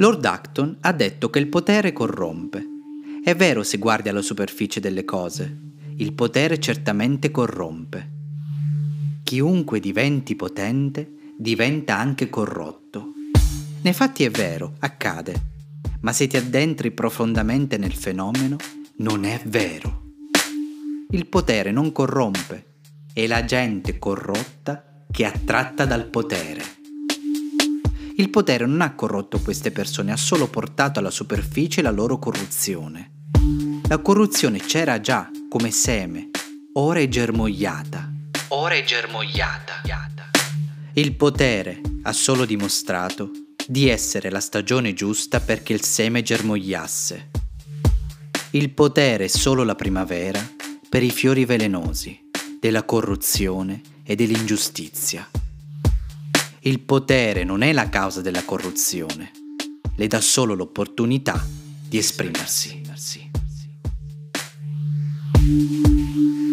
Lord Acton ha detto che il potere corrompe. È vero se guardi alla superficie delle cose. Il potere certamente corrompe. Chiunque diventi potente diventa anche corrotto. Nei fatti è vero, accade. Ma se ti addentri profondamente nel fenomeno, non è vero. Il potere non corrompe, è la gente corrotta che è attratta dal potere. Il potere non ha corrotto queste persone, ha solo portato alla superficie la loro corruzione. La corruzione c'era già come seme, ora è germogliata. Il potere ha solo dimostrato di essere la stagione giusta perché il seme germogliasse. Il potere è solo la primavera per i fiori velenosi della corruzione e dell'ingiustizia. Il potere non è la causa della corruzione, le dà solo l'opportunità di esprimersi.